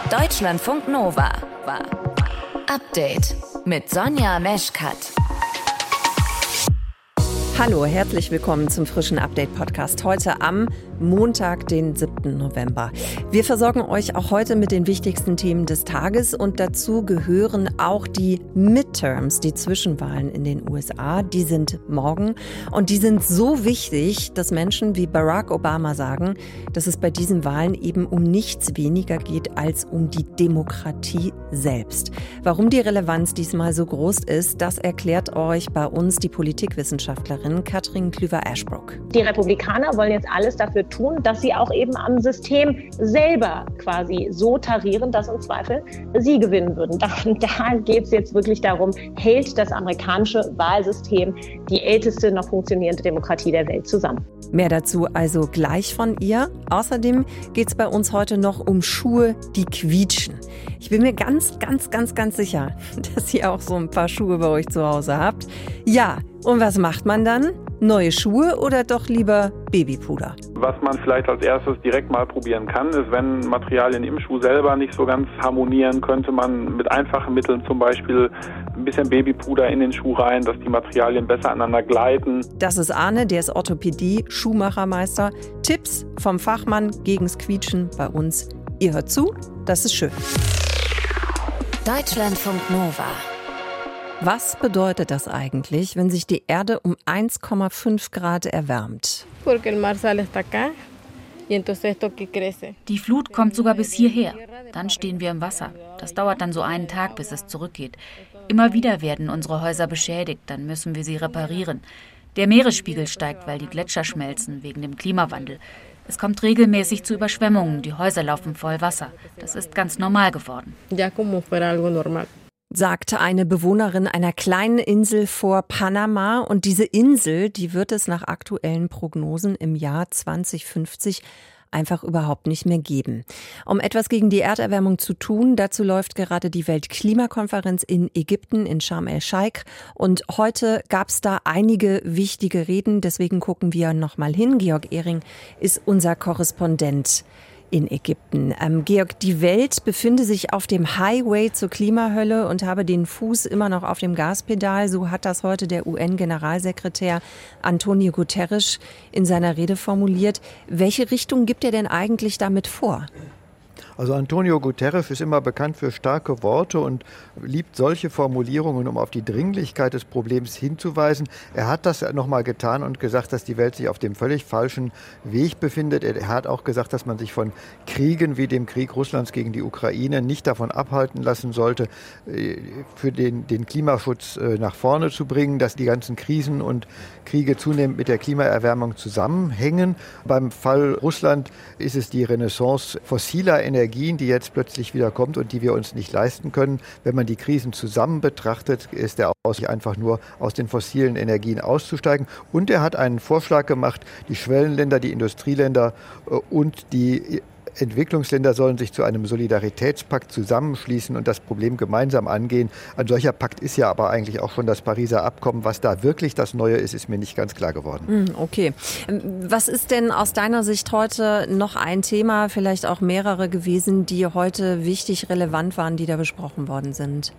Deutschlandfunk Nova. Update mit Sonja Meschkat. Hallo, herzlich willkommen zum frischen Update-Podcast. Heute am Montag, den 7. November. Wir versorgen euch auch heute mit den wichtigsten Themen des Tages und dazu gehören auch die Midterms, die Zwischenwahlen in den USA. Die sind morgen und die sind so wichtig, dass Menschen wie Barack Obama sagen, dass es bei diesen Wahlen eben um nichts weniger geht als um die Demokratie selbst. Warum die Relevanz diesmal so groß ist, das erklärt euch bei uns die Politikwissenschaftlerin Katrin Klüver-Ashbrook. Die Republikaner wollen jetzt alles dafür tun, dass sie auch eben am System selber quasi so tarieren, dass im Zweifel sie gewinnen würden. Da geht es jetzt wirklich darum, hält das amerikanische Wahlsystem die älteste noch funktionierende Demokratie der Welt zusammen. Mehr dazu also gleich von ihr. Außerdem geht es bei uns heute noch um Schuhe, die quietschen. Ich bin mir ganz sicher, dass ihr auch so ein paar Schuhe bei euch zu Hause habt. Ja, und was macht man dann? Neue Schuhe oder doch lieber Babypuder? Was man vielleicht als erstes direkt mal probieren kann, ist, wenn Materialien im Schuh selber nicht so ganz harmonieren, könnte man mit einfachen Mitteln zum Beispiel ein bisschen Babypuder in den Schuh rein, dass die Materialien besser aneinander gleiten. Das ist Arne, der ist Orthopädie, Schuhmachermeister. Tipps vom Fachmann gegens Quietschen bei uns. Ihr hört zu, das ist schön. Deutschlandfunk Nova. Was bedeutet das eigentlich, wenn sich die Erde um 1,5 Grad erwärmt? Die Flut kommt sogar bis hierher. Dann stehen wir im Wasser. Das dauert dann so einen Tag, bis es zurückgeht. Immer wieder werden unsere Häuser beschädigt, dann müssen wir sie reparieren. Der Meeresspiegel steigt, weil die Gletscher schmelzen, wegen dem Klimawandel. Es kommt regelmäßig zu Überschwemmungen, die Häuser laufen voll Wasser. Das ist ganz normal geworden. Sagte eine Bewohnerin einer kleinen Insel vor Panama. Und diese Insel, die wird es nach aktuellen Prognosen im Jahr 2050 einfach überhaupt nicht mehr geben. Um etwas gegen die Erderwärmung zu tun, dazu läuft gerade die Weltklimakonferenz in Ägypten, in Sharm el-Sheikh. Und heute gab es da einige wichtige Reden, deswegen gucken wir nochmal hin. Georg Ehring ist unser Korrespondent in Ägypten. Georg, die Welt befinde sich auf dem Highway zur Klimahölle und habe den Fuß immer noch auf dem Gaspedal. So hat das heute der UN-Generalsekretär Antonio Guterres in seiner Rede formuliert. Welche Richtung gibt er denn eigentlich damit vor? Also Antonio Guterres ist immer bekannt für starke Worte und liebt solche Formulierungen, um auf die Dringlichkeit des Problems hinzuweisen. Er hat das nochmal getan und gesagt, dass die Welt sich auf dem völlig falschen Weg befindet. Er hat auch gesagt, dass man sich von Kriegen wie dem Krieg Russlands gegen die Ukraine nicht davon abhalten lassen sollte, für den Klimaschutz nach vorne zu bringen, dass die ganzen Krisen und Kriege zunehmend mit der Klimaerwärmung zusammenhängen. Beim Fall Russland ist es die Renaissance fossiler Energien, die jetzt plötzlich wieder kommt und die wir uns nicht leisten können. Wenn man die Krisen zusammen betrachtet, ist der Ausweg einfach nur, aus den fossilen Energien auszusteigen. Und er hat einen Vorschlag gemacht, die Schwellenländer, die Industrieländer und die Entwicklungsländer sollen sich zu einem Solidaritätspakt zusammenschließen und das Problem gemeinsam angehen. Ein solcher Pakt ist ja aber eigentlich auch schon das Pariser Abkommen. Was da wirklich das Neue ist, ist mir nicht ganz klar geworden. Okay. Was ist denn aus deiner Sicht heute noch ein Thema, vielleicht auch mehrere gewesen, die heute wichtig, relevant waren, die da besprochen worden sind?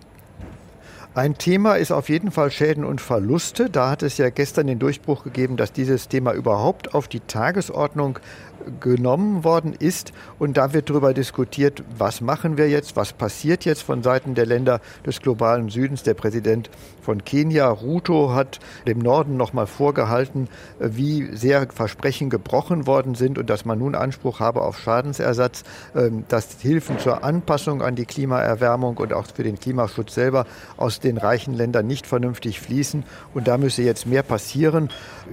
Ein Thema ist auf jeden Fall Schäden und Verluste. Da hat es ja gestern den Durchbruch gegeben, dass dieses Thema überhaupt auf die Tagesordnung genommen worden ist. Und da wird darüber diskutiert, was machen wir jetzt, was passiert jetzt von Seiten der Länder des globalen Südens. Der Präsident von Kenia, Ruto, hat dem Norden noch mal vorgehalten, wie sehr Versprechen gebrochen worden sind und dass man nun Anspruch habe auf Schadensersatz, dass Hilfen zur Anpassung an die Klimaerwärmung und auch für den Klimaschutz selber aus den reichen Ländern nicht vernünftig fließen. Und da müsse jetzt mehr passieren.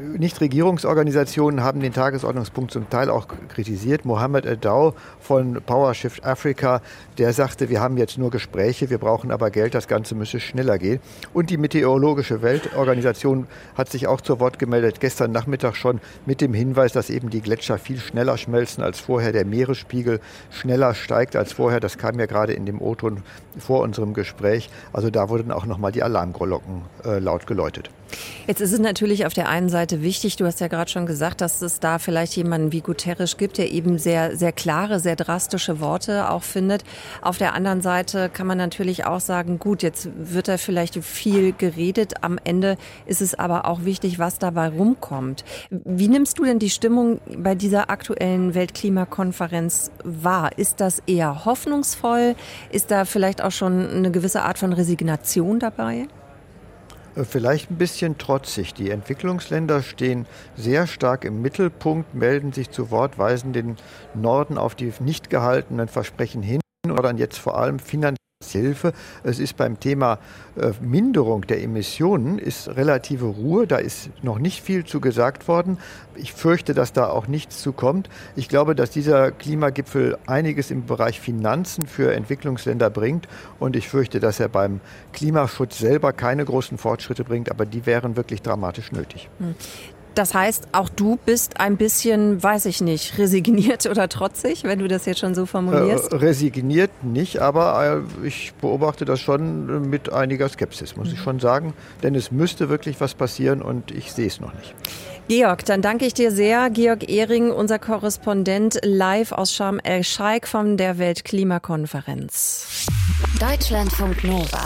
Nichtregierungsorganisationen haben den Tagesordnungspunkt zum Teil auch kritisiert. Mohammed Edaw von PowerShift Africa, der sagte, wir haben jetzt nur Gespräche, wir brauchen aber Geld, das Ganze müsse schneller gehen. Und die Meteorologische Weltorganisation hat sich auch zu Wort gemeldet, gestern Nachmittag schon, mit dem Hinweis, dass eben die Gletscher viel schneller schmelzen als vorher, der Meeresspiegel schneller steigt als vorher. Das kam ja gerade in dem O-Ton vor unserem Gespräch. Also da wurden auch nochmal die Alarmglocken laut geläutet. Jetzt ist es natürlich auf der einen Seite wichtig, du hast ja gerade schon gesagt, dass es da vielleicht jemanden wie Guterres Guterres gibt, der eben sehr, sehr klare, sehr drastische Worte auch findet. Auf der anderen Seite kann man natürlich auch sagen, gut, jetzt wird da vielleicht viel geredet. Am Ende ist es aber auch wichtig, was dabei rumkommt. Wie nimmst du denn die Stimmung bei dieser aktuellen Weltklimakonferenz wahr? Ist das eher hoffnungsvoll? Ist da vielleicht auch schon eine gewisse Art von Resignation dabei? Vielleicht ein bisschen trotzig. Die Entwicklungsländer stehen sehr stark im Mittelpunkt, melden sich zu Wort, weisen den Norden auf die nicht gehaltenen Versprechen hin oder jetzt vor allem finanzielle Hilfe. Es ist beim Thema Minderung der Emissionen ist relative Ruhe. Da ist noch nicht viel zu gesagt worden. Ich fürchte, dass da auch nichts zu kommt. Ich glaube, dass dieser Klimagipfel einiges im Bereich Finanzen für Entwicklungsländer bringt. Und ich fürchte, dass er beim Klimaschutz selber keine großen Fortschritte bringt. Aber die wären wirklich dramatisch nötig. Das heißt, auch du bist ein bisschen, weiß ich nicht, resigniert oder trotzig, wenn du das jetzt schon so formulierst? Resigniert nicht, aber ich beobachte das schon mit einiger Skepsis, muss ich schon sagen. Denn es müsste wirklich was passieren und ich sehe es noch nicht. Georg, dann danke ich dir sehr. Georg Ehring, unser Korrespondent, live aus Sharm el-Sheikh von der Weltklimakonferenz. Deutschlandfunk Nova.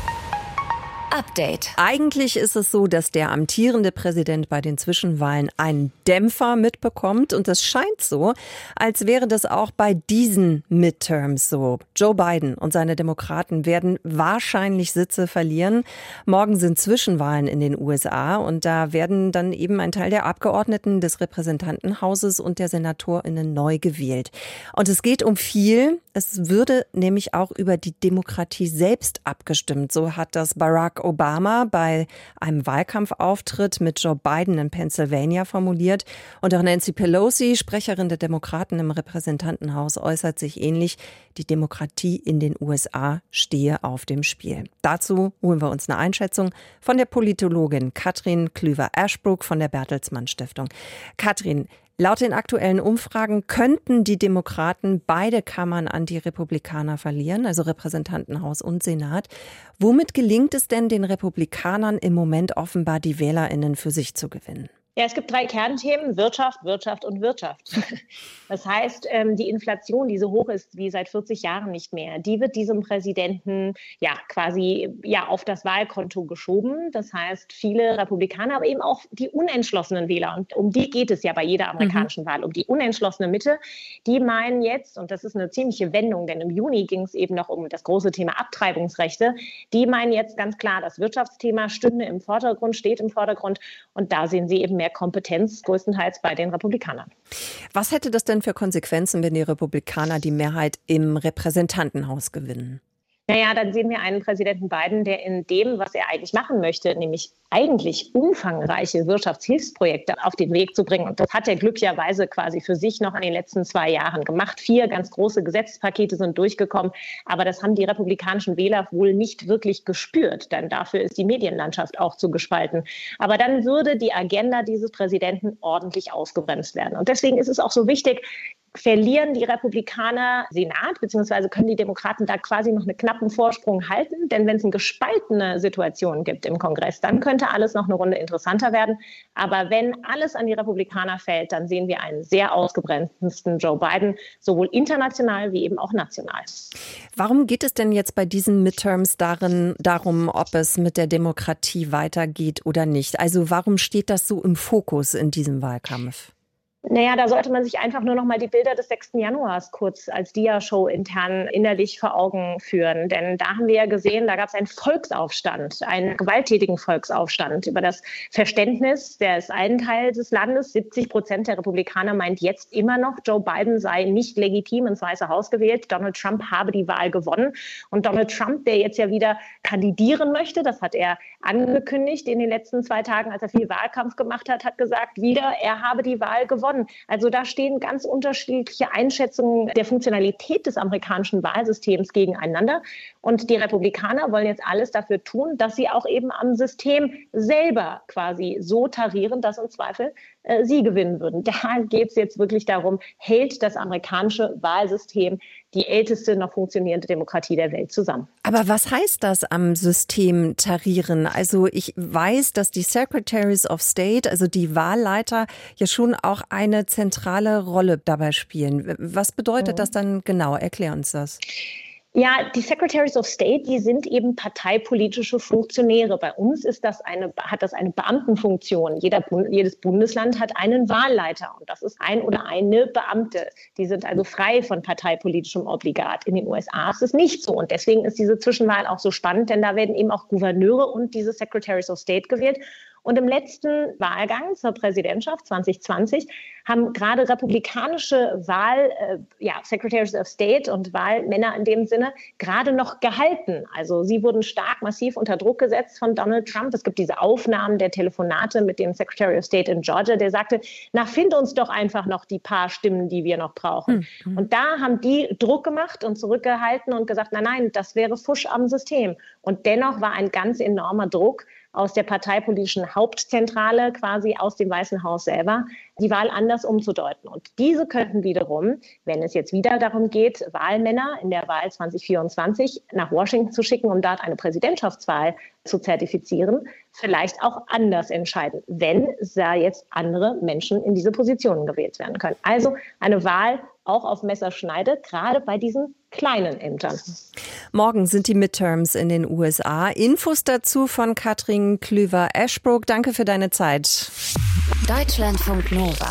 Update. Eigentlich ist es so, dass der amtierende Präsident bei den Zwischenwahlen einen Dämpfer mitbekommt. Und es scheint so, als wäre das auch bei diesen Midterms so. Joe Biden und seine Demokraten werden wahrscheinlich Sitze verlieren. Morgen sind Zwischenwahlen in den USA und da werden dann eben ein Teil der Abgeordneten des Repräsentantenhauses und der SenatorInnen neu gewählt. Und es geht um viel. Es würde nämlich auch über die Demokratie selbst abgestimmt. So hat das Barack Obama bei einem Wahlkampfauftritt mit Joe Biden in Pennsylvania formuliert. Und auch Nancy Pelosi, Sprecherin der Demokraten im Repräsentantenhaus, äußert sich ähnlich. Die Demokratie in den USA stehe auf dem Spiel. Dazu holen wir uns eine Einschätzung von der Politologin Katrin Klüver-Ashbrook von der Bertelsmann Stiftung. Katrin, laut den aktuellen Umfragen könnten die Demokraten beide Kammern an die Republikaner verlieren, also Repräsentantenhaus und Senat. Womit gelingt es denn den Republikanern im Moment offenbar, die WählerInnen für sich zu gewinnen? Ja, es gibt 3 Kernthemen: Wirtschaft, Wirtschaft und Wirtschaft. Das heißt, die Inflation, die so hoch ist wie seit 40 Jahren nicht mehr, die wird diesem Präsidenten quasi auf das Wahlkonto geschoben. Das heißt, viele Republikaner, aber eben auch die unentschlossenen Wähler, und um die geht es ja bei jeder amerikanischen Wahl, um die unentschlossene Mitte, die meinen jetzt, und das ist eine ziemliche Wendung, denn im Juni ging es eben noch um das große Thema Abtreibungsrechte, die meinen jetzt ganz klar, das Wirtschaftsthema stünde im Vordergrund, steht im Vordergrund, und da sehen sie eben mehr Kompetenz, größtenteils bei den Republikanern. Was hätte das denn für Konsequenzen, wenn die Republikaner die Mehrheit im Repräsentantenhaus gewinnen? Naja, dann sehen wir einen Präsidenten Biden, der in dem, was er eigentlich machen möchte, nämlich eigentlich umfangreiche Wirtschaftshilfsprojekte auf den Weg zu bringen. Und das hat er glücklicherweise quasi für sich noch in den letzten 2 Jahren gemacht. 4 ganz große Gesetzespakete sind durchgekommen. Aber das haben die republikanischen Wähler wohl nicht wirklich gespürt, denn dafür ist die Medienlandschaft auch zu gespalten. Aber dann würde die Agenda dieses Präsidenten ordentlich ausgebremst werden. Und deswegen ist es auch so wichtig, verlieren die Republikaner Senat, beziehungsweise können die Demokraten da quasi noch einen knappen Vorsprung halten. Denn wenn es eine gespaltene Situation gibt im Kongress, dann könnte alles noch eine Runde interessanter werden. Aber wenn alles an die Republikaner fällt, dann sehen wir einen sehr ausgebremsten Joe Biden, sowohl international wie eben auch national. Warum geht es denn jetzt bei diesen Midterms darum, ob es mit der Demokratie weitergeht oder nicht? Also warum steht das so im Fokus in diesem Wahlkampf? Naja, da sollte man sich einfach nur noch mal die Bilder des 6. Januars kurz als Dia-Show intern innerlich vor Augen führen. Denn da haben wir ja gesehen, da gab es einen Volksaufstand, einen gewalttätigen Volksaufstand über das Verständnis des einen Teil des Landes. 70% der Republikaner meint jetzt immer noch, Joe Biden sei nicht legitim ins Weiße Haus gewählt. Donald Trump habe die Wahl gewonnen. Und Donald Trump, der jetzt ja wieder kandidieren möchte, das hat er angekündigt in den letzten 2 Tagen, als er viel Wahlkampf gemacht hat, hat gesagt, wieder, er habe die Wahl gewonnen. Also da stehen ganz unterschiedliche Einschätzungen der Funktionalität des amerikanischen Wahlsystems gegeneinander. Und die Republikaner wollen jetzt alles dafür tun, dass sie auch eben am System selber quasi so tarieren, dass im Zweifel sie gewinnen würden. Da geht es jetzt wirklich darum, hält das amerikanische Wahlsystem die älteste noch funktionierende Demokratie der Welt zusammen. Aber was heißt das am System tarieren? Also ich weiß, dass die Secretaries of State, also die Wahlleiter, ja schon auch eine zentrale Rolle dabei spielen. Was bedeutet das dann genau? Erklär uns das. Ja, die Secretaries of State, die sind eben parteipolitische Funktionäre. Bei uns hat das eine Beamtenfunktion. Jedes Bundesland hat einen Wahlleiter und das ist ein oder eine Beamte. Die sind also frei von parteipolitischem Obligat. In den USA ist es nicht so und deswegen ist diese Zwischenwahl auch so spannend, denn da werden eben auch Gouverneure und diese Secretaries of State gewählt. Und im letzten Wahlgang zur Präsidentschaft 2020 haben gerade republikanische Secretaries of State und Wahlmänner in dem Sinne gerade noch gehalten. Also sie wurden massiv unter Druck gesetzt von Donald Trump. Es gibt diese Aufnahmen der Telefonate mit dem Secretary of State in Georgia, der sagte, find uns doch einfach noch die paar Stimmen, die wir noch brauchen. Und da haben die Druck gemacht und zurückgehalten und gesagt, nein, das wäre Pfusch am System. Und dennoch war ein ganz enormer Druck aus der parteipolitischen Hauptzentrale, quasi aus dem Weißen Haus selber, die Wahl anders umzudeuten. Und diese könnten wiederum, wenn es jetzt wieder darum geht, Wahlmänner in der Wahl 2024 nach Washington zu schicken, um dort eine Präsidentschaftswahl zu zertifizieren, vielleicht auch anders entscheiden, wenn da jetzt andere Menschen in diese Positionen gewählt werden können. Also eine Wahl auch auf Messerschneide, gerade bei diesen kleinen Ämtern. Morgen sind die Midterms in den USA. Infos dazu von Katrin Klüver-Ashbrook. Danke für deine Zeit. Deutschlandfunk Nova.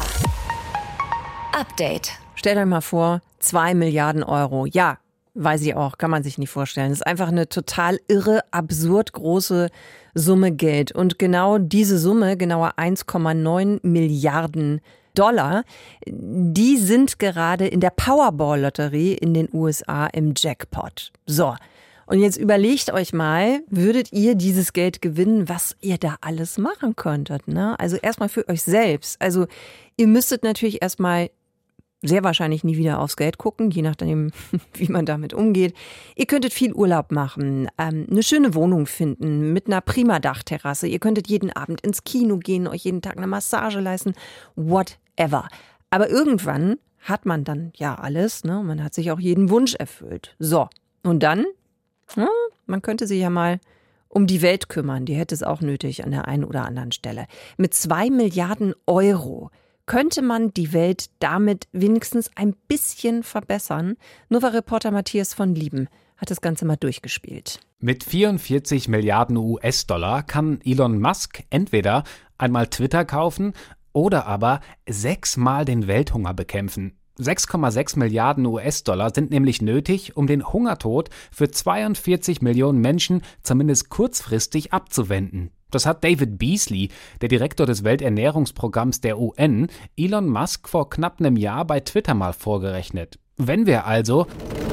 Update. Stellt euch mal vor, 2 Milliarden Euro. Ja, weiß ich auch, kann man sich nicht vorstellen. Das ist einfach eine total irre, absurd große Summe Geld. Und genau diese Summe, genauer 1,9 Milliarden $, die sind gerade in der Powerball-Lotterie in den USA im Jackpot. So, und jetzt überlegt euch mal, würdet ihr dieses Geld gewinnen, was ihr da alles machen könntet, ne? Also erstmal für euch selbst. Also ihr müsstet natürlich erstmal sehr wahrscheinlich nie wieder aufs Geld gucken, je nachdem, wie man damit umgeht. Ihr könntet viel Urlaub machen, eine schöne Wohnung finden mit einer prima Dachterrasse. Ihr könntet jeden Abend ins Kino gehen, euch jeden Tag eine Massage leisten, whatever. Aber irgendwann hat man dann ja alles, ne? Man hat sich auch jeden Wunsch erfüllt. So, und dann, man könnte sich ja mal um die Welt kümmern. Die hätte es auch nötig an der einen oder anderen Stelle. Mit 2 Milliarden Euro könnte man die Welt damit wenigstens ein bisschen verbessern. Nova-Reporter Matthias von Lieben hat das Ganze mal durchgespielt. Mit 44 Milliarden US-Dollar kann Elon Musk entweder einmal Twitter kaufen oder aber 6-mal den Welthunger bekämpfen. 6,6 Milliarden US-Dollar sind nämlich nötig, um den Hungertod für 42 Millionen Menschen zumindest kurzfristig abzuwenden. Das hat David Beasley, der Direktor des Welternährungsprogramms der UN, Elon Musk vor knapp einem Jahr bei Twitter mal vorgerechnet. Wenn wir also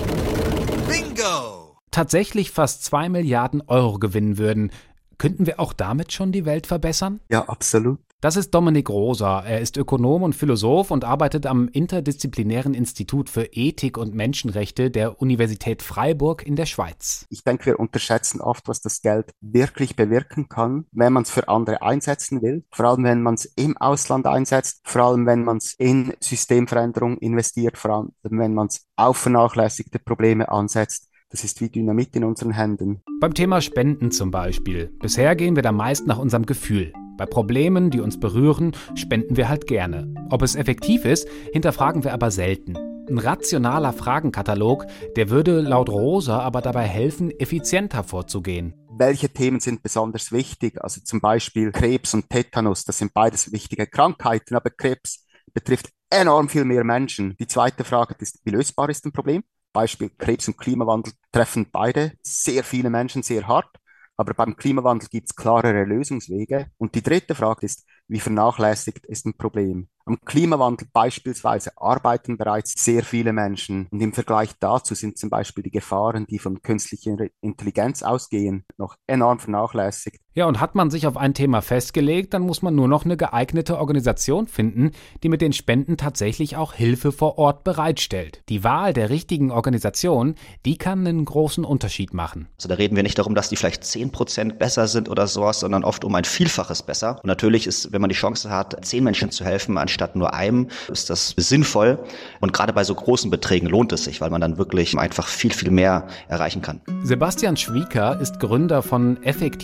tatsächlich fast 2 Milliarden Euro gewinnen würden, könnten wir auch damit schon die Welt verbessern? Ja, absolut. Das ist Dominik Rosa. Er ist Ökonom und Philosoph und arbeitet am Interdisziplinären Institut für Ethik und Menschenrechte der Universität Freiburg in der Schweiz. Ich denke, wir unterschätzen oft, was das Geld wirklich bewirken kann, wenn man es für andere einsetzen will. Vor allem, wenn man es im Ausland einsetzt, vor allem, wenn man es in Systemveränderung investiert, vor allem, wenn man es auf vernachlässigte Probleme ansetzt. Das ist wie Dynamit in unseren Händen. Beim Thema Spenden zum Beispiel. Bisher gehen wir da meist nach unserem Gefühl. Bei Problemen, die uns berühren, spenden wir halt gerne. Ob es effektiv ist, hinterfragen wir aber selten. Ein rationaler Fragenkatalog, der würde laut Rosa aber dabei helfen, effizienter vorzugehen. Welche Themen sind besonders wichtig? Also zum Beispiel Krebs und Tetanus, das sind beides wichtige Krankheiten, aber Krebs betrifft enorm viel mehr Menschen. Die zweite Frage ist, wie lösbar ist ein Problem? Beispiel Krebs und Klimawandel treffen beide sehr viele Menschen sehr hart. Aber beim Klimawandel gibt es klarere Lösungswege. Und die dritte Frage ist, wie vernachlässigt ist ein Problem? Am Klimawandel beispielsweise arbeiten bereits sehr viele Menschen. Und im Vergleich dazu sind zum Beispiel die Gefahren, die von künstlicher Intelligenz ausgehen, noch enorm vernachlässigt. Ja, und hat man sich auf ein Thema festgelegt, dann muss man nur noch eine geeignete Organisation finden, die mit den Spenden tatsächlich auch Hilfe vor Ort bereitstellt. Die Wahl der richtigen Organisation, die kann einen großen Unterschied machen. Also da reden wir nicht darum, dass die vielleicht 10% besser sind oder sowas, sondern oft um ein Vielfaches besser. Und natürlich ist, wenn wenn man die Chance hat, 10 Menschen zu helfen, anstatt nur einem, ist das sinnvoll. Und gerade bei so großen Beträgen lohnt es sich, weil man dann wirklich einfach viel, viel mehr erreichen kann. Sebastian Schwieker ist Gründer von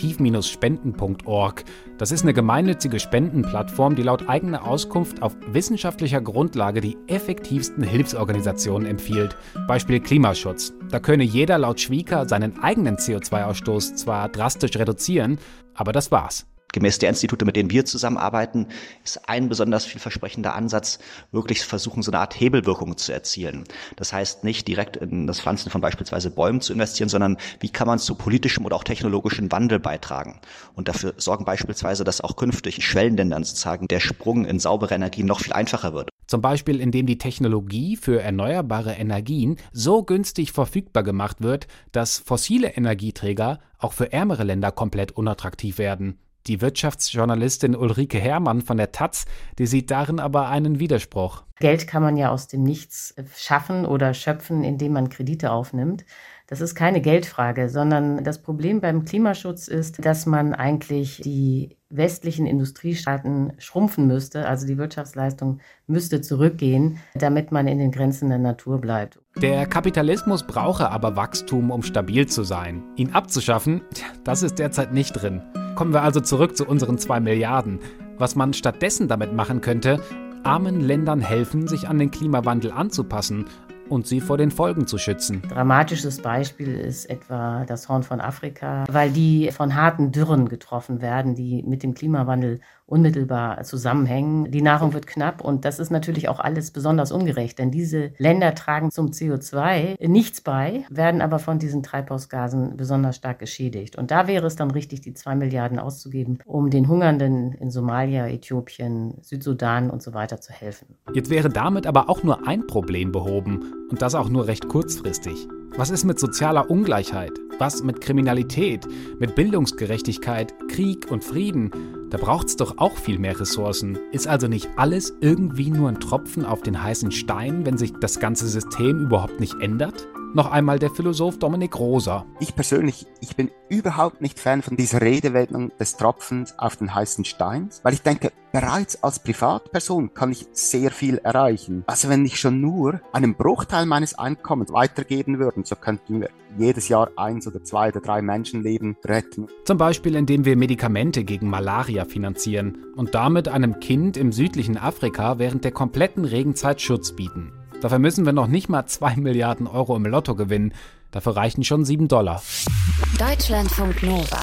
effektiv-spenden.org. Das ist eine gemeinnützige Spendenplattform, die laut eigener Auskunft auf wissenschaftlicher Grundlage die effektivsten Hilfsorganisationen empfiehlt. Beispiel Klimaschutz. Da könne jeder laut Schwieker seinen eigenen CO2-Ausstoß zwar drastisch reduzieren, aber das war's. Gemäß der Institute, mit denen wir zusammenarbeiten, ist ein besonders vielversprechender Ansatz, wirklich versuchen, so eine Art Hebelwirkung zu erzielen. Das heißt, nicht direkt in das Pflanzen von beispielsweise Bäumen zu investieren, sondern wie kann man zu politischem oder auch technologischem Wandel beitragen und dafür sorgen beispielsweise, dass auch künftig Schwellenländern sozusagen der Sprung in saubere Energie noch viel einfacher wird. Zum Beispiel, indem die Technologie für erneuerbare Energien so günstig verfügbar gemacht wird, dass fossile Energieträger auch für ärmere Länder komplett unattraktiv werden. Die Wirtschaftsjournalistin Ulrike Herrmann von der taz, die sieht darin aber einen Widerspruch. Geld kann man ja aus dem Nichts schaffen oder schöpfen, indem man Kredite aufnimmt. Das ist keine Geldfrage, sondern das Problem beim Klimaschutz ist, dass man eigentlich die westlichen Industriestaaten schrumpfen müsste. Also die Wirtschaftsleistung müsste zurückgehen, damit man in den Grenzen der Natur bleibt. Der Kapitalismus brauche aber Wachstum, um stabil zu sein. Ihn abzuschaffen, das ist derzeit nicht drin. Kommen wir also zurück zu unseren 2 Milliarden. Was man stattdessen damit machen könnte, armen Ländern helfen, sich an den Klimawandel anzupassen und sie vor den Folgen zu schützen. Dramatisches Beispiel ist etwa das Horn von Afrika, weil die von harten Dürren getroffen werden, die mit dem Klimawandel unmittelbar zusammenhängen. Die Nahrung wird knapp und das ist natürlich auch alles besonders ungerecht, denn diese Länder tragen zum CO2 nichts bei, werden aber von diesen Treibhausgasen besonders stark geschädigt. Und da wäre es dann richtig, die 2 Milliarden auszugeben, um den Hungernden in Somalia, Äthiopien, Südsudan und so weiter zu helfen. Jetzt wäre damit aber auch nur ein Problem behoben und das auch nur recht kurzfristig. Was ist mit sozialer Ungleichheit? Was mit Kriminalität, mit Bildungsgerechtigkeit, Krieg und Frieden? Da braucht's doch auch viel mehr Ressourcen. Ist also nicht alles irgendwie nur ein Tropfen auf den heißen Stein, wenn sich das ganze System überhaupt nicht ändert? Noch einmal der Philosoph Dominik Rosa. Ich persönlich, ich bin überhaupt nicht Fan von dieser Redewendung des Tropfens auf den heißen Stein, weil ich denke, bereits als Privatperson kann ich sehr viel erreichen. Also wenn ich schon nur einen Bruchteil meines Einkommens weitergeben würde, so könnten wir jedes Jahr 1 oder 2 oder 3 Menschenleben retten. Zum Beispiel, indem wir Medikamente gegen Malaria finanzieren und damit einem Kind im südlichen Afrika während der kompletten Regenzeit Schutz bieten. Dafür müssen wir noch nicht mal 2 Milliarden Euro im Lotto gewinnen. Dafür reichen schon $7. Deutschlandfunk Nova.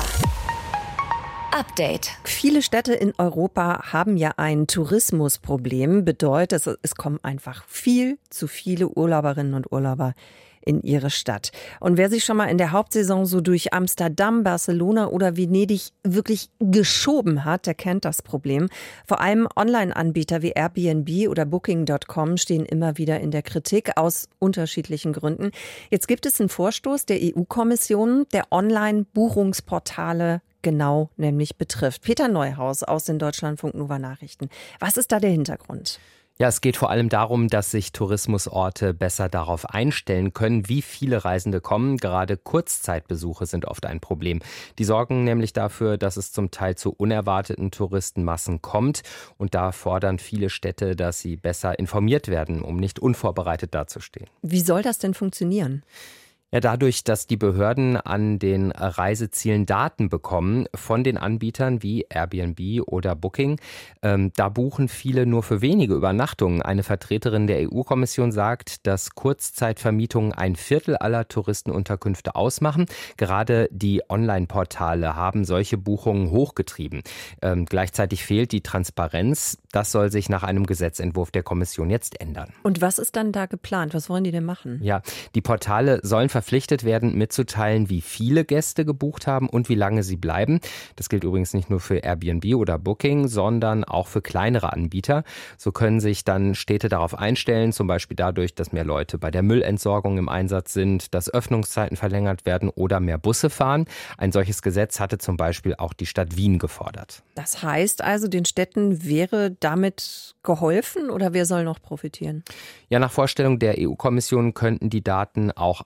Update. Viele Städte in Europa haben ja ein Tourismusproblem. Bedeutet, es kommen einfach viel zu viele Urlauberinnen und Urlauber in ihre Stadt. Und wer sich schon mal in der Hauptsaison so durch Amsterdam, Barcelona oder Venedig wirklich geschoben hat, der kennt das Problem. Vor allem Online-Anbieter wie Airbnb oder Booking.com stehen immer wieder in der Kritik aus unterschiedlichen Gründen. Jetzt gibt es einen Vorstoß der EU-Kommission, der Online-Buchungsportale genau nämlich betrifft. Peter Neuhaus aus den Deutschlandfunk Nova Nachrichten. Was ist da der Hintergrund? Ja, es geht vor allem darum, dass sich Tourismusorte besser darauf einstellen können, wie viele Reisende kommen. Gerade Kurzzeitbesuche sind oft ein Problem. Die sorgen nämlich dafür, dass es zum Teil zu unerwarteten Touristenmassen kommt. Und da fordern viele Städte, dass sie besser informiert werden, um nicht unvorbereitet dazustehen. Wie soll das denn funktionieren? Ja, dadurch, dass die Behörden an den Reisezielen Daten bekommen von den Anbietern wie Airbnb oder Booking. Da buchen viele nur für wenige Übernachtungen. Eine Vertreterin der EU-Kommission sagt, dass Kurzzeitvermietungen 1/4 aller Touristenunterkünfte ausmachen. Gerade die Online-Portale haben solche Buchungen hochgetrieben. Gleichzeitig fehlt die Transparenz. Das soll sich nach einem Gesetzentwurf der Kommission jetzt ändern. Und was ist dann da geplant? Was wollen die denn machen? Ja, die Portale sollen verpflichtet werden, mitzuteilen, wie viele Gäste gebucht haben und wie lange sie bleiben. Das gilt übrigens nicht nur für Airbnb oder Booking, sondern auch für kleinere Anbieter. So können sich dann Städte darauf einstellen, zum Beispiel dadurch, dass mehr Leute bei der Müllentsorgung im Einsatz sind, dass Öffnungszeiten verlängert werden oder mehr Busse fahren. Ein solches Gesetz hatte zum Beispiel auch die Stadt Wien gefordert. Das heißt also, den Städten wäre damit geholfen oder wer soll noch profitieren? Ja, nach Vorstellung der EU-Kommission könnten die Daten auch anderen helfen.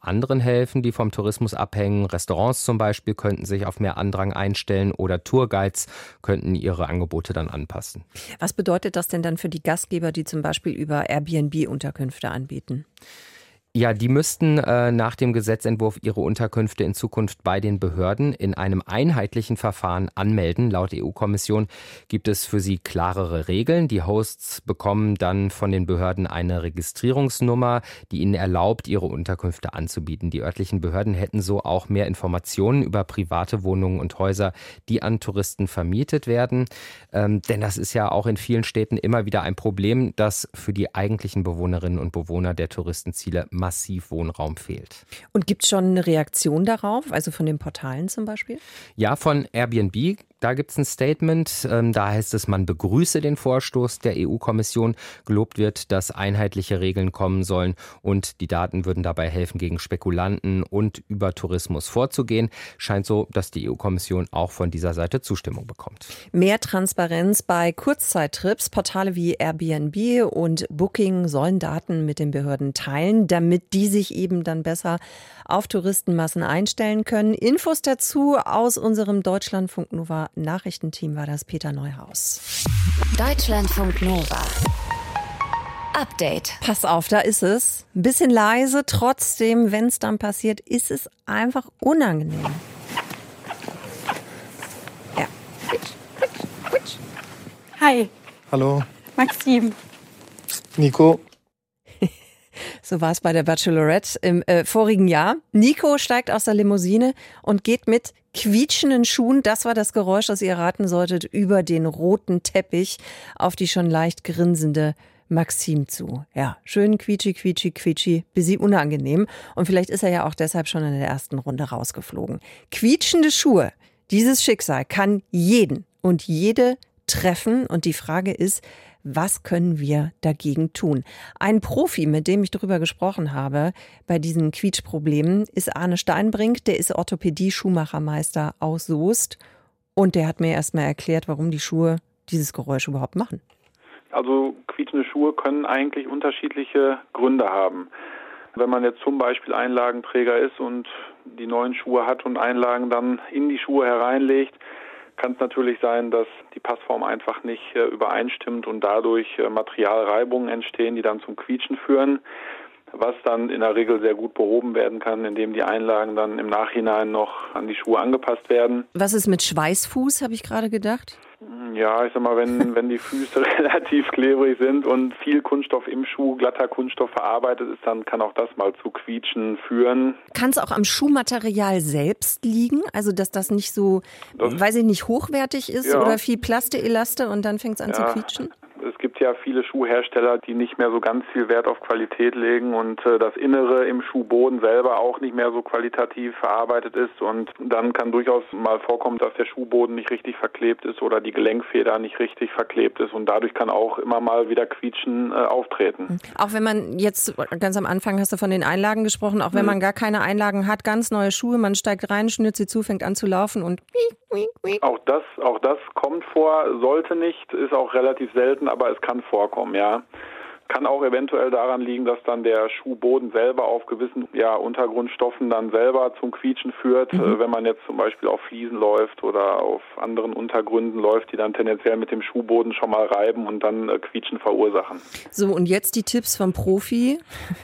helfen, die vom Tourismus abhängen. Restaurants zum Beispiel könnten sich auf mehr Andrang einstellen oder Tourguides könnten ihre Angebote dann anpassen. Was bedeutet das denn dann für die Gastgeber, die zum Beispiel über Airbnb-Unterkünfte anbieten? Ja, die müssten nach dem Gesetzentwurf ihre Unterkünfte in Zukunft bei den Behörden in einem einheitlichen Verfahren anmelden. Laut EU-Kommission gibt es für sie klarere Regeln. Die Hosts bekommen dann von den Behörden eine Registrierungsnummer, die ihnen erlaubt, ihre Unterkünfte anzubieten. Die örtlichen Behörden hätten so auch mehr Informationen über private Wohnungen und Häuser, die an Touristen vermietet werden. Denn das ist ja auch in vielen Städten immer wieder ein Problem, dass für die eigentlichen Bewohnerinnen und Bewohner der Touristenziele massiv Wohnraum fehlt. Und gibt es schon eine Reaktion darauf, also von den Portalen zum Beispiel? Ja, von Airbnb, da gibt es ein Statement. Da heißt es, man begrüße den Vorstoß der EU-Kommission. Gelobt wird, dass einheitliche Regeln kommen sollen und die Daten würden dabei helfen, gegen Spekulanten und über Tourismus vorzugehen. Scheint so, dass die EU-Kommission auch von dieser Seite Zustimmung bekommt. Mehr Transparenz bei Kurzzeittrips. Portale wie Airbnb und Booking sollen Daten mit den Behörden teilen, damit die sich eben dann besser auf Touristenmassen einstellen können. Infos dazu aus unserem Deutschlandfunk Nova Nachrichtenteam war das Peter Neuhaus. Deutschlandfunk Nova. Update. Pass auf, da ist es. Ein bisschen leise, trotzdem, wenn es dann passiert, ist es einfach unangenehm. Ja. Hi. Hallo. Maxim. Nico. So war es bei der Bachelorette im vorigen Jahr. Nico steigt aus der Limousine und geht mit quietschenden Schuhen, das war das Geräusch, das ihr raten solltet, über den roten Teppich auf die schon leicht grinsende Maxim zu. Ja, schön quietschi, bisschen unangenehm. Und vielleicht ist er ja auch deshalb schon in der ersten Runde rausgeflogen. Quietschende Schuhe, dieses Schicksal kann jeden und jede treffen. Und die Frage ist, was können wir dagegen tun? Ein Profi, mit dem ich darüber gesprochen habe, bei diesen Quietschproblemen, ist Arne Steinbrink. Der ist Orthopädie-Schuhmachermeister aus Soest. Und der hat mir erstmal erklärt, warum die Schuhe dieses Geräusch überhaupt machen. Also quietschende Schuhe können eigentlich unterschiedliche Gründe haben. Wenn man jetzt zum Beispiel Einlagenträger ist und die neuen Schuhe hat und Einlagen dann in die Schuhe hereinlegt, kann es natürlich sein, dass die Passform einfach nicht übereinstimmt und dadurch Materialreibungen entstehen, die dann zum Quietschen führen, was dann in der Regel sehr gut behoben werden kann, indem die Einlagen dann im Nachhinein noch an die Schuhe angepasst werden. Was ist mit Schweißfuß, habe ich gerade gedacht? Ja, ich sag mal, wenn die Füße relativ klebrig sind und viel Kunststoff im Schuh, glatter Kunststoff verarbeitet ist, dann kann auch das mal zu Quietschen führen. Kann es auch am Schuhmaterial selbst liegen? Also, dass das nicht so, hochwertig ist oder viel Plaste-Elaste und dann fängt es an zu quietschen? Es gibt ja viele Schuhhersteller, die nicht mehr so ganz viel Wert auf Qualität legen und das Innere im Schuhboden selber auch nicht mehr so qualitativ verarbeitet ist und dann kann durchaus mal vorkommen, dass der Schuhboden nicht richtig verklebt ist oder die Gelenkfeder nicht richtig verklebt ist und dadurch kann auch immer mal wieder Quietschen auftreten. Auch wenn man jetzt, ganz am Anfang hast du von den Einlagen gesprochen, auch wenn man gar keine Einlagen hat, ganz neue Schuhe, man steigt rein, schnürt sie zu, fängt an zu laufen und Auch das kommt vor, sollte nicht, ist auch relativ selten, aber es kann vorkommen, ja. Kann auch eventuell daran liegen, dass dann der Schuhboden selber auf gewissen Untergrundstoffen dann selber zum Quietschen führt. Wenn man jetzt zum Beispiel auf Fliesen läuft oder auf anderen Untergründen läuft, die dann tendenziell mit dem Schuhboden schon mal reiben und dann Quietschen verursachen. So, und jetzt die Tipps vom Profi.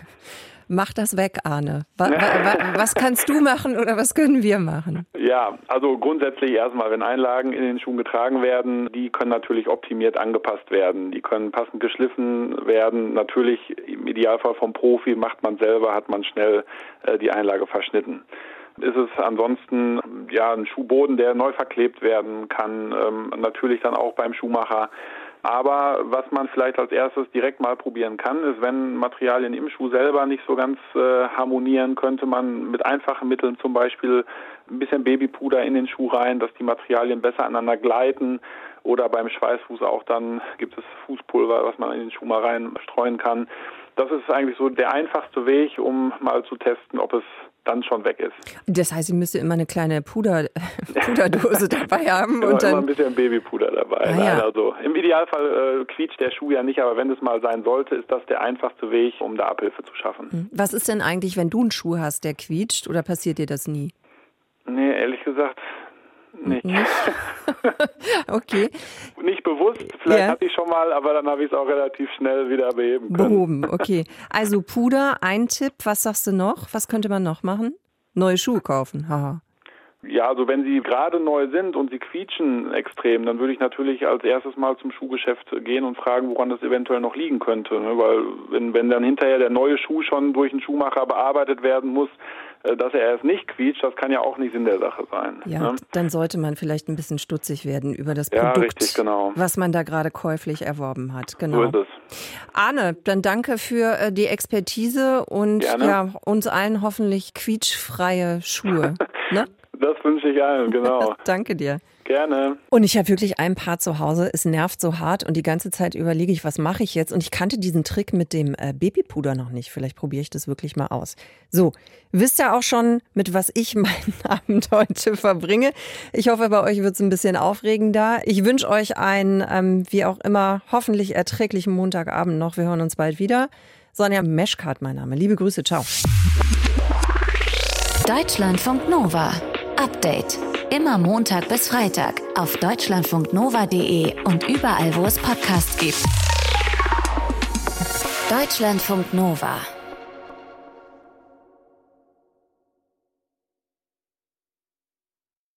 Mach das weg, Arne. Was kannst du machen oder was können wir machen? Ja, also grundsätzlich erstmal, wenn Einlagen in den Schuhen getragen werden, die können natürlich optimiert angepasst werden. Die können passend geschliffen werden. Natürlich im Idealfall vom Profi macht man selber, hat man schnell die Einlage verschnitten. Ist es ansonsten ein Schuhboden, der neu verklebt werden kann, natürlich dann auch beim Schuhmacher. Aber was man vielleicht als erstes direkt mal probieren kann, ist, wenn Materialien im Schuh selber nicht so ganz harmonieren, könnte man mit einfachen Mitteln zum Beispiel ein bisschen Babypuder in den Schuh rein, dass die Materialien besser aneinander gleiten. Oder beim Schweißfuß auch dann gibt es Fußpulver, was man in den Schuh mal rein streuen kann. Das ist eigentlich so der einfachste Weg, um mal zu testen, ob es dann schon weg ist. Das heißt, Sie müsste immer eine kleine Puderdose dabei haben. Genau, und dann immer ein bisschen Babypuder dabei. Ja. Also im Idealfall quietscht der Schuh ja nicht, aber wenn es mal sein sollte, ist das der einfachste Weg, um da Abhilfe zu schaffen. Was ist denn eigentlich, wenn du einen Schuh hast, der quietscht, oder passiert dir das nie? Nee, ehrlich gesagt nicht. Okay. Nicht bewusst, vielleicht hatte ich schon mal, aber dann habe ich es auch relativ schnell wieder beheben können. Behoben, okay. Also Puder, ein Tipp, was sagst du noch? Was könnte man noch machen? Neue Schuhe kaufen, haha. Ja, also wenn sie gerade neu sind und sie quietschen extrem, dann würde ich natürlich als erstes mal zum Schuhgeschäft gehen und fragen, woran das eventuell noch liegen könnte. Ne? Weil wenn dann hinterher der neue Schuh schon durch einen Schuhmacher bearbeitet werden muss, dass er erst nicht quietscht, das kann ja auch nicht Sinn der Sache sein. Ja, ne? Dann sollte man vielleicht ein bisschen stutzig werden über das Produkt, richtig, genau. was man da gerade käuflich erworben hat. Genau. So ist es. Arne, dann danke für die Expertise und Gerne. Uns allen hoffentlich quietschfreie Schuhe. Ne? Das wünsche ich allen, genau. Danke dir. Gerne. Und ich habe wirklich ein Paar zu Hause. Es nervt so hart und die ganze Zeit überlege ich, was mache ich jetzt? Und ich kannte diesen Trick mit dem Babypuder noch nicht. Vielleicht probiere ich das wirklich mal aus. So, wisst ihr auch schon, mit was ich meinen Abend heute verbringe? Ich hoffe, bei euch wird es ein bisschen aufregender. Ich wünsche euch einen, wie auch immer, hoffentlich erträglichen Montagabend noch. Wir hören uns bald wieder. Sonja Meschkat, mein Name. Liebe Grüße, ciao. Deutschlandfunk Nova. Update. Immer Montag bis Freitag auf deutschlandfunknova.de und überall, wo es Podcasts gibt. Deutschlandfunk Nova.